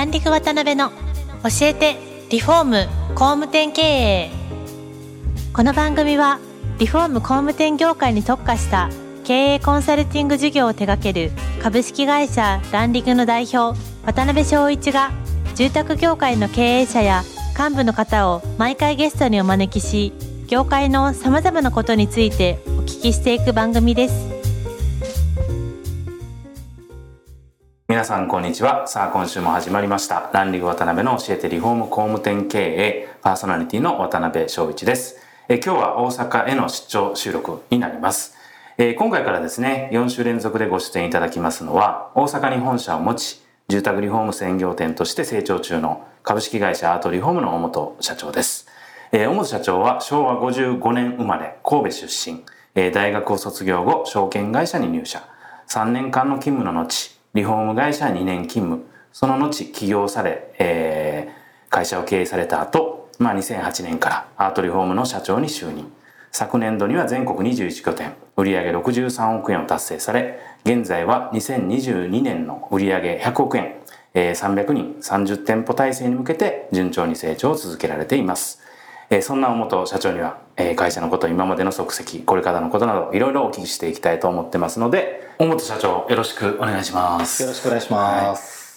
ランディング渡辺の教えてリフォーム工務店経営。この番組はリフォーム工務店業界に特化した経営コンサルティング事業を手掛ける株式会社ランディングの代表渡辺翔一が住宅業界の経営者や幹部の方を毎回ゲストにお招きし、業界のさまざまなことについてお聞きしていく番組です。 皆さんこんにちは。さあ今週も始まりましたランディング渡辺の教えてリフォーム工務店経営、パーソナリティの渡辺翔一です。今日は大阪への出張収録になります。今回からですね、4週連続でご出演いただきますのは、大阪に本社を持ち住宅リフォーム専業店として成長中の株式会社アートリフォームの尾本社長です。尾本社長は昭和55年生まれ、神戸出身。大学を卒業後証券会社に入社、3年間の勤務の後リフォーム会社2年勤務、その後起業され、会社を経営された後、2008年からアートリフォームの社長に就任。昨年度には全国21拠点、売上63億円を達成され、現在は2022年の売上100億円、300人30店舗体制に向けて順調に成長を続けられています。そんな尾本社長には、会社のこと、今までの足跡、これからのことなどいろいろお聞きしていきたいと思ってますので、尾本社長よろしくお願いします。 よろしくお願いします。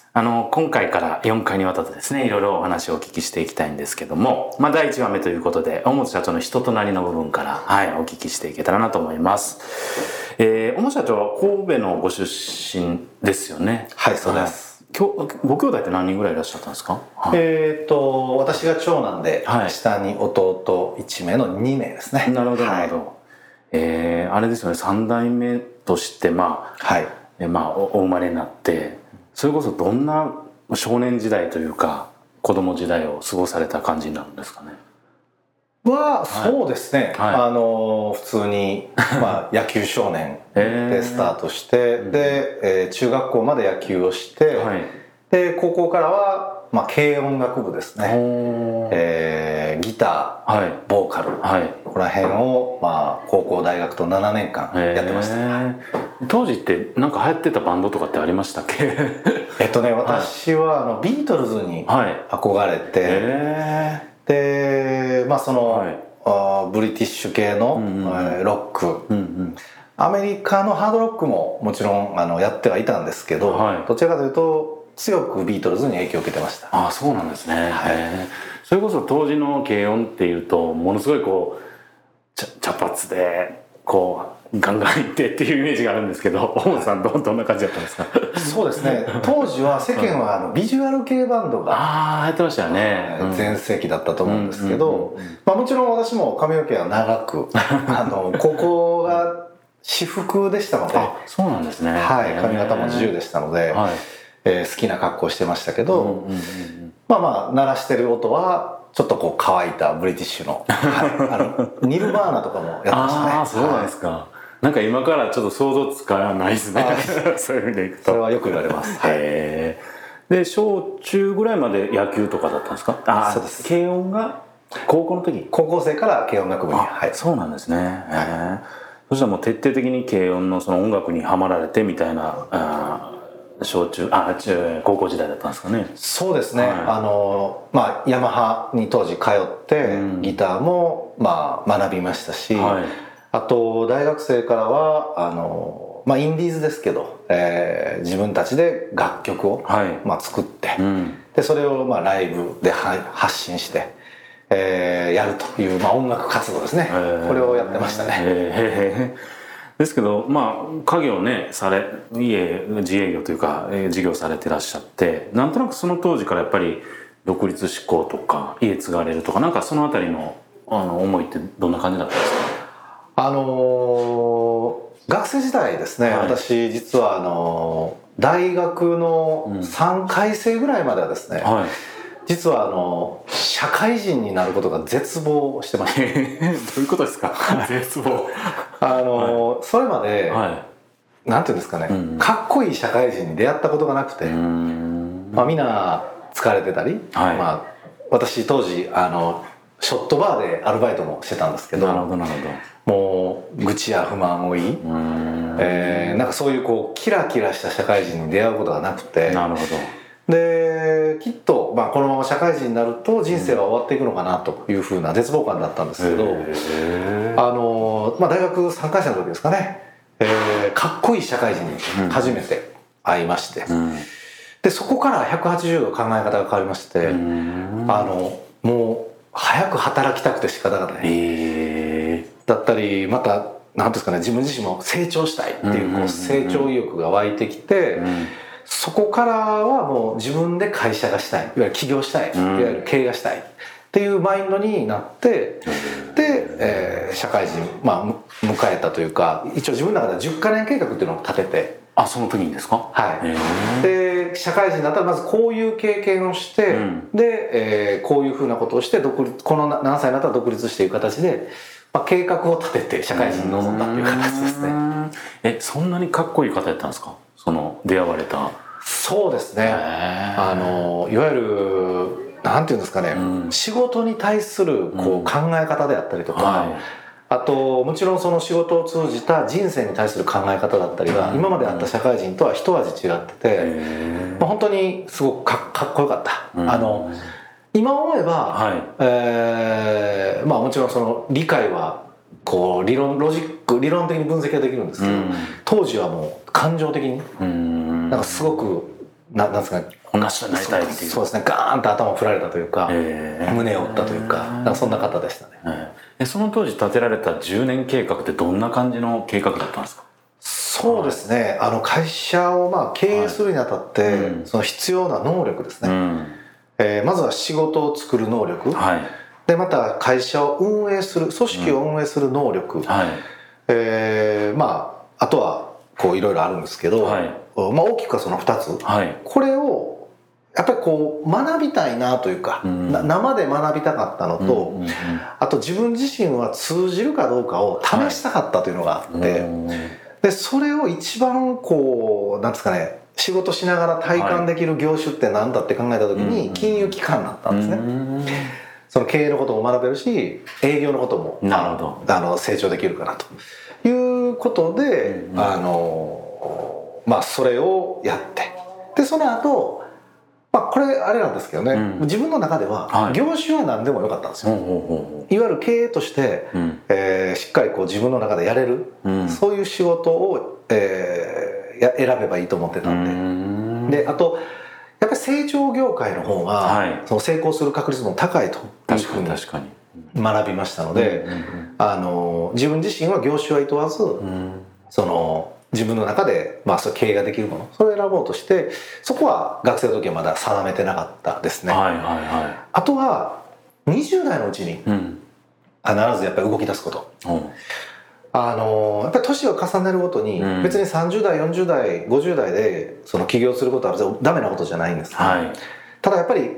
今回から4回にわたってですね、いろいろお話をお聞きしていきたいんですけども、第1話目ということで尾本社長の人となりの部分から、お聞きしていけたらなと思います。尾本社長は神戸のご出身ですよね。 はい、そうです。 ご兄弟って何人ぐらいいらっしゃったんですか？ 私が長男で、下に弟1名の2名ですね。 なるほどなるほど。あれですよね、3代目としてお生まれになって、それこそどんな少年時代というか子供時代を過ごされた感じになるんですかね？ そうですね、普通に、野球少年でスタートして、で、中学校まで野球をして、で高校からは、軽音楽部ですね、ギター、ボーカル、ここら辺を、高校大学と7年間やってました。 当時ってなんか流行ってたバンドとかってありましたっけ？ 私はビートルズに憧れて、でブリティッシュ系のロック、アメリカのハードロックももちろんやってはいたんですけど、どちらかというと強くビートルズに影響を受けてました。 ああ、そうなんですね。それこそ当時の軽音っていうとものすごいこう茶髪でこうガンガンいってっていうイメージがあるんですけど、尾本さんどんな感じだったんですか？ そうですね、当時は世間はビジュアル系バンドが流行ってましたよね。 全盛期だったと思うんですけど、もちろん私も髪の毛は長く高校が私服でしたので、 そうなんですね。 髪型も自由でしたので、好きな格好をしてましたけど、鳴らしてる音はちょっとこう乾いたブリティッシュの、ニルバーナとかもやってましたね。 そうなんですか。なんか今からちょっと想像つかないですね。そういう意味でいくと。 それはよく言われます。 で、小中ぐらいまで野球とかだったんですか？そうです。軽音が高校の時？ 高校生から軽音楽部に。 そうなんですね。そしたらもう徹底的に軽音のその音楽にはまられてみたいな高校時代だったんですかね？そうですね、 ヤマハに当時通って、ギターも学びましたし、あと大学生からはインディーズですけど、自分たちで楽曲を、作って、でそれをライブで発信して、やるという、音楽活動ですね、これをやってましたね。 ですけど家業ね自営業というか事業されてらっしゃって、なんとなくその当時からやっぱり独立志向とか家継がれるとか、なんかそのあたりの思いってどんな感じだったんですか？ 学生時代ですね、私実は大学の3回生ぐらいまではですね、実は社会人になることが絶望してました。どういうことですか？絶望。 それまで、なんていうんですかね、かっこいい社会人に出会ったことがなくて、みんな疲れてたり、私当時ショットバーでアルバイトもしてたんですけど、もう愚痴や不満を言い、なんかそういうキラキラした社会人に出会うことがなくて、 できっと、このまま社会人になると人生は終わっていくのかなというふうな絶望感だったんですけど、大学3回生の時ですかね、かっこいい社会人に初めて会いまして、でそこから180度考え方が変わりまして、もう早く働きたくて仕方がない、だったり、また何ですかね、自分自身も成長したいっていう、成長意欲が湧いてきて、そこからはもう自分で会社がしたい、いわゆる起業したい、いわゆる経営がしたいっていうマインドになって、で、社会人、迎えたというか、一応自分の中では10カ年計画っていうのを立てて、 その時にですか？ はい。で社会人になったらまずこういう経験をして、で、こういうふうなことをしてこの何歳になったら独立していく形で、計画を立てて社会人に臨んだっていう形ですね。 そんなにかっこいい方やったんですか？その出会われた。 そうですね。いわゆるなんていうんですかね、仕事に対する考え方であったりとか、あともちろんその仕事を通じた人生に対する考え方だったりが、今まであった社会人とは一味違ってて、本当にすごくかっこよかった。今思えば、もちろんその理解は理論的に分析ができるんですけど、当時はもう感情的になんかすごくなんですかね、 同じ人になりたいっていう。 そうですね、ガーンと頭を振られたというか、胸を打ったというか、なんかそんな方でしたね。 その当時立てられた10年計画ってどんな感じの計画だったんですか？ そうですね、会社を経営するにあたって、その必要な能力ですね、まずは仕事を作る能力、でまた会社を運営する、組織を運営する能力、あとはいろいろあるんですけど、大きくはその2つ、これをやっぱり学びたいなというか、生で学びたかったのと、あと自分自身は通じるかどうかを試したかったというのがあって、でそれを一番なんですかね、仕事しながら体感できる業種って何だって考えた時に金融機関だったんですね。その経営のことも学べるし、営業のことも成長できるかなということで、それをやって、でその後これあれなんですけどね、自分の中では業種は何でもよかったんですよ。いわゆる経営として、しっかり自分の中でやれる、そういう仕事を、選べばいいと思ってたんで、あとやっぱり成長業界の方が、その成功する確率も高いというふうに学びましたので、自分自身は業種はい問わず、その自分の中で、そう経営ができるもの、それを選ぼうとして、そこは学生の時はまだ定めてなかったですね。あとは20代のうちに必ずやっぱり動き出すこと、やっぱり年を重ねるごとに、別に30代40代50代でその起業することはダメなことじゃないんですけど、ただやっぱり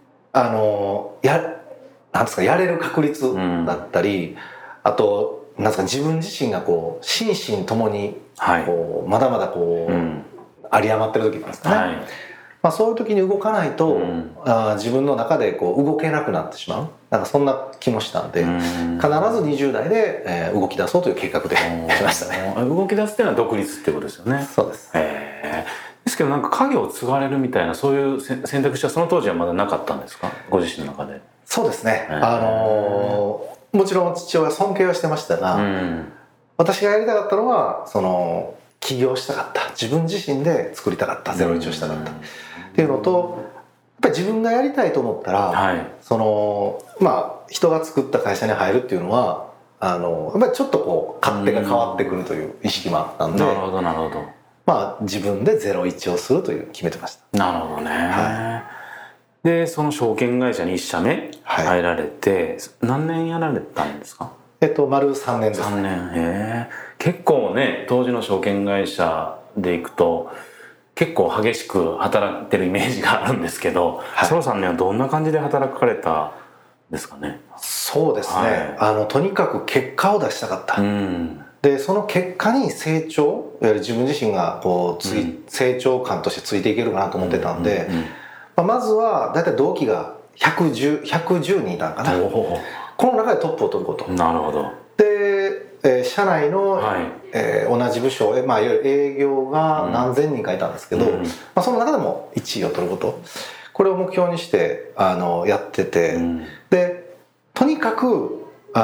なんですか、やれる確率だったり、あとなんですか、自分自身が心身ともにまだまだ有り余ってる時なんですかね、そういう時に動かないと、自分の中で動けなくなってしまう、なんかそんな気もしたんで、必ず20代で、動き出そうという計画で来ましたね。 動き出すっていうのは独立ってことですよね。 そうです。 ですけど、なんか家業を継がれるみたいな、そういう選択肢はその当時はまだなかったんですか？ご自身の中で。 そうですね、もちろん父親尊敬はしてましたが、私がやりたかったのはその起業したかった、自分自身で作りたかった、01をしたかったっていうのと、やっぱり自分がやりたいと思ったら、その人が作った会社に入るっていうのはやっぱりちょっと勝手が変わってくるという意識もあったんで、 なるほどなるほど、 自分で01をするという決めてました。 なるほどね。でその証券会社に1社目入られて、何年やられたんですか？ 丸3年です。 3年。結構ね、当時の証券会社でいくと結構激しく働いてるイメージがあるんですけど、その3年はどんな感じで働かれたんですかね？ そうですね、とにかく結果を出したかった、でその結果に成長、いわゆる自分自身が成長感としてついていけるかなと思ってたんで、まずはだいたい同期が110人いたんかな、この中でトップを取ること。 なるほど。 で、 社内の、 はい同じ部署へ、いわゆる営業が何千人かいたんですけど、その中でも1位を取ること、これを目標にしてやってて、でとにかく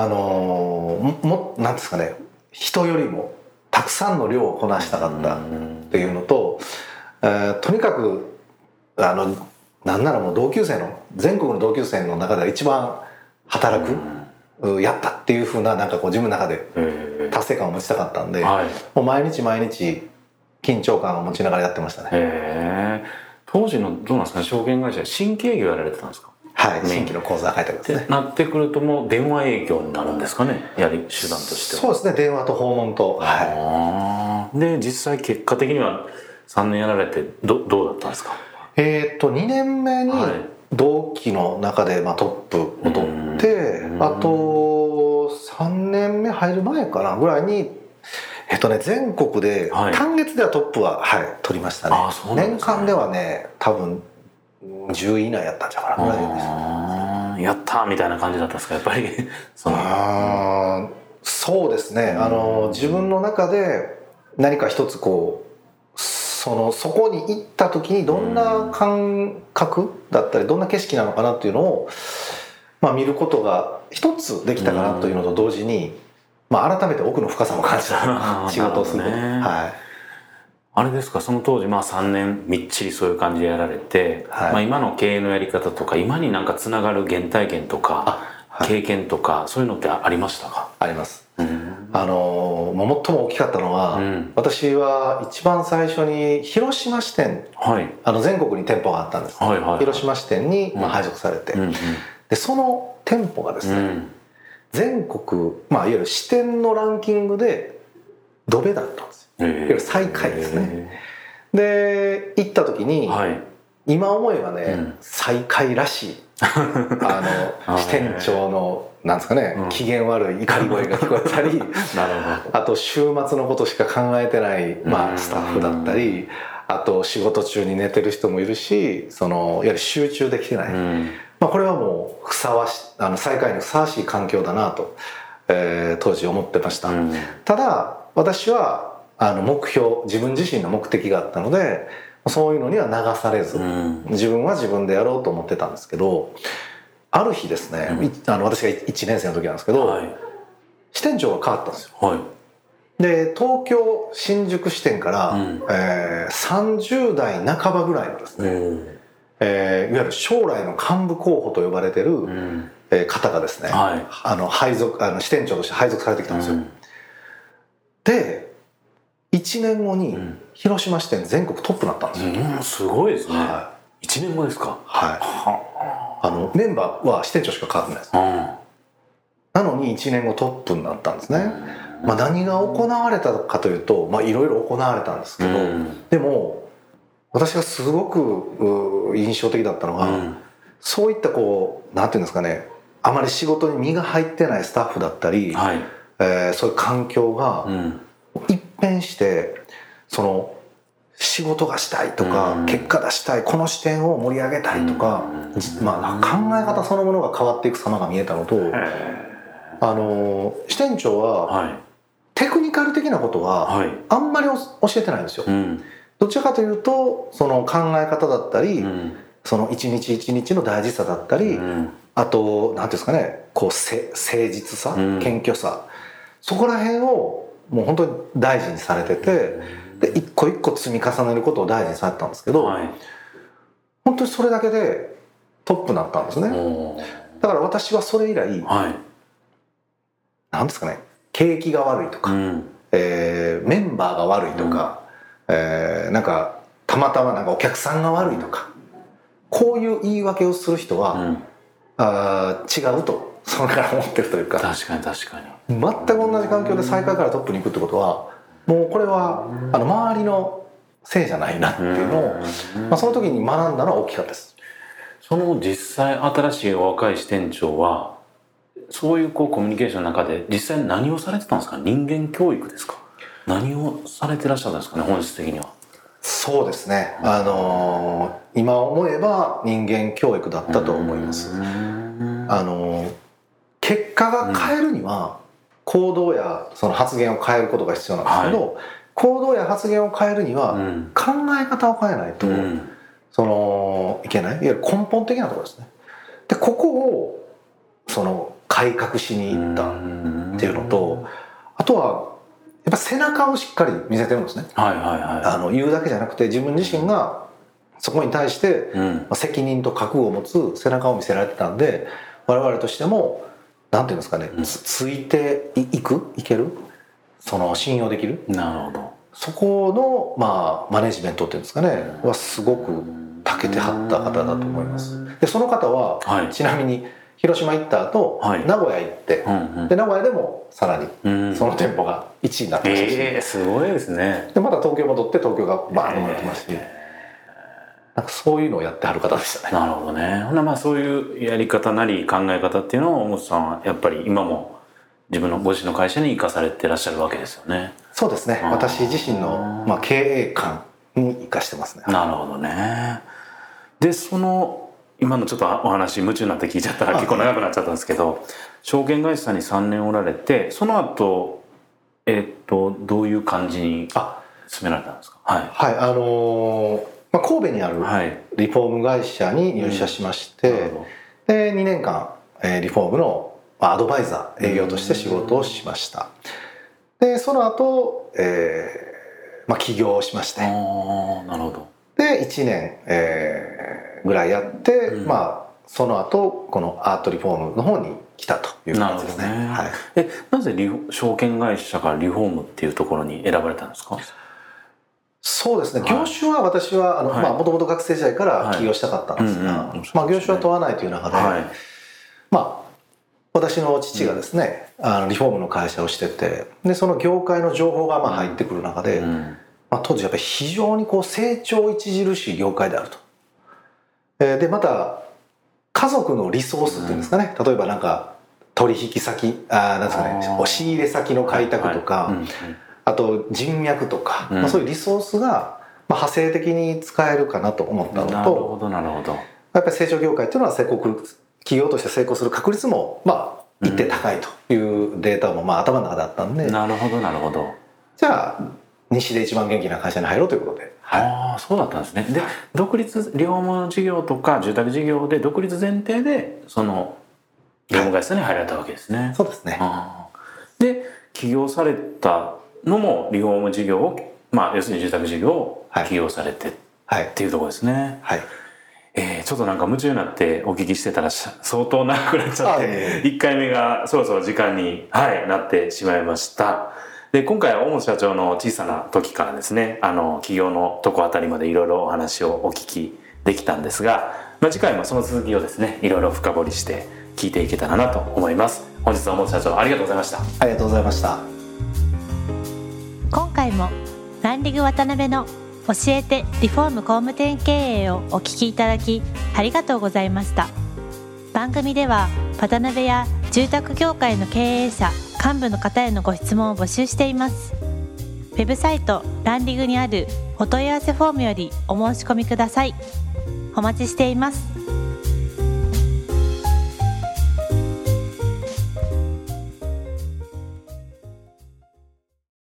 なんですかね、人よりもたくさんの量をこなしたかったっていうのと、とにかくなんならもう全国の同級生の中では一番働く、やったっていう風ななんかこう自分の中で達成感を持ちたかったんで、もう毎日毎日緊張感を持ちながらやってましたね。 当時のどうなんですかね、証券会社新規営業やられてたんですか？ はい、新規の口座開拓ですね。 なってくるともう電話営業になるんですかね、やり手段としては。 そうですね、電話と訪問と。 で実際結果的には3年やられてどうだったんですか ？2年目に同期の中でトップを取って、あと3年目入る前かなぐらいに全国で単月ではトップは、取りましたね。年間ではね多分10位以内やったんちゃうかなぐらいです。 やったーみたいな感じだったんですか、やっぱりそうですね、自分の中で何か一つこうそこに行った時にどんな感覚だったりどんな景色なのかなっていうのを、見ることが一つできたかなというのと同時に、改めて奥の深さも感じた仕事をすることね。 あれですか、その当時3年みっちりそういう感じでやられて、今の経営のやり方とか今になんかつながる原体験とか経験とかそういうのってありましたか？ あります。最も大きかったのは、私は一番最初に広島支店、全国に店舗があったんです、広島支店に配属されて、でその店舗がですね、全国、いわゆる支店のランキングでドベだったんですよ。いわゆる最下位ですね。で行った時に、今思えばね、最下位らしい支店長のなんですかね、機嫌悪い怒り声が聞こえたりあと週末のことしか考えてない、スタッフだったり、あと仕事中に寝てる人もいるし、いわゆる集中できてない、これはもう最下位にふさわしい環境だなと、当時思ってました。ただ私は自分自身の目的があったのでそういうのには流されず、自分は自分でやろうと思ってたんですけど、ある日ですね、私が1年生の時なんですけど、支店長が変わったんですよ。で東京新宿支店から、30代半ばぐらいのですね、いわゆる将来の幹部候補と呼ばれてる、方がですね、支店長として配属されてきたんですよ。で1年後に広島支店全国トップになったんですよ。 すごいですね。1年後ですか？ メンバーは支店長しか変わってないです。なのに1年後トップになったんですね。何が行われたかというと、いろいろ行われたんですけど、でも私がすごく印象的だったのが、そういったなんていうんですかね、あまり仕事に身が入ってないスタッフだったり、そういう環境が一変して、仕事がしたいとか、結果出したい、この視点を盛り上げたいとか、考え方そのものが変わっていく様が見えたのと、支店長はテクニカル的なことはあんまり教えてないんですよ。どちらかというとその考え方だったり、その一日一日の大事さだったり、あと何ていうんですかね、誠実さ、謙虚さ、そこら辺をもう本当に大事にされてて、で一個一個積み重ねることを大事にされてたんですけど、本当にそれだけでトップになったんですね。だから私はそれ以来、なんですかね、景気が悪いとか、メンバーが悪いとか、なんかたまたまなんかお客さんが悪いとか、こういう言い訳をする人は、違うとそれから思ってるというか。 確かに全く同じ環境で最下位からトップに行くってことは、もうこれは周りのせいじゃないなっていうのを、その時に学んだのは大きかったです。 その実際新しいお若い支店長はそういうコミュニケーションの中で実際何をされてたんですか？人間教育ですか？何をされてらっしゃったんですかね、本質的には。 そうですね、今思えば人間教育だったと思います。結果が変えるには行動やその発言を変えることが必要なんですけど、行動や発言を変えるには考え方を変えないといけない、いわゆる根本的なところですね。でここを改革しに行ったっていうのと、あとはやっぱ背中をしっかり見せてるんですね。言うだけじゃなくて自分自身がそこに対して責任と覚悟を持つ背中を見せられてたんで、我々としてもなんていうんですかね、ついていける、信用できる、 なるほど、 そこのマネジメントっていうんですかねはすごく長けてはった方だと思います。でその方は、ちなみに広島行った後、名古屋行って、で名古屋でもさらにその店舗が1位になってましたし、 すごいですね。 でまた東京戻って東京がバーンと来まして、なんかそういうのをやってはる方でしたね。 なるほどね。ほなそういうやり方なり考え方っていうのを大本さんはやっぱり今もご自身の会社に生かされてらっしゃるわけですよね。 そうですね。私自身の経営観に生かしてますね。 なるほどね。で今のちょっとお話夢中になって聞いちゃったら結構長くなっちゃったんですけど、証券会社に3年おられて、その後どういう感じに進められたんですか？ 神戸にあるリフォーム会社に入社しまして、で2年間リフォームのアドバイザー営業として仕事をしました。でその後、起業をしまして、 なるほど。で 1年、ぐらいやって、その後このアートリフォームの方に来たという感じですね。 なぜ証券会社からリフォームっていうところに選ばれたんですか？ そうですね、業種は私はもともと学生時代から起業したかったんですが、業種は問わないという中で、私の父がですね、リフォームの会社をしてて、でその業界の情報が入ってくる中で、当時やっぱり非常に成長著しい業界であると。でまた家族のリソースっていうんですかね、例えばなんか取引先なんですかね、仕入れ先の開拓とか、あと人脈とか、そういうリソースが派生的に使えるかなと思ったのと、 なるほど。 やっぱり成長業界っていうのは企業として成功する確率も一定高いというデータも頭の中であったんで、 なるほど。 じゃあ西で一番元気な会社に入ろうということで。 そうだったんですね。で独立リフォーム事業とか住宅事業で独立前提でそのリフォーム会社に入られたわけですね。 そうですね。 で起業されたのもリフォーム事業を要するに住宅事業を起業されてっていうところですね。ちょっとなんか夢中になってお聞きしてたら相当長くなっちゃって1回目がそろそろ時間になってしまいました。で今回は大本社長の小さな時からですね、起業のとこあたりまでいろいろお話をお聞きできたんですが、次回もその続きをですねいろいろ深掘りして聞いていけたらなと思います。本日は大本社長ありがとうございました。 ありがとうございました。 今回もランディング渡辺の教えてリフォーム工務店経営をお聞きいただきありがとうございました。番組では渡辺や住宅業界の経営者幹部の方へのご質問を募集しています。ウェブサイトランディングにあるお問い合わせフォームよりお申し込みください。お待ちしています。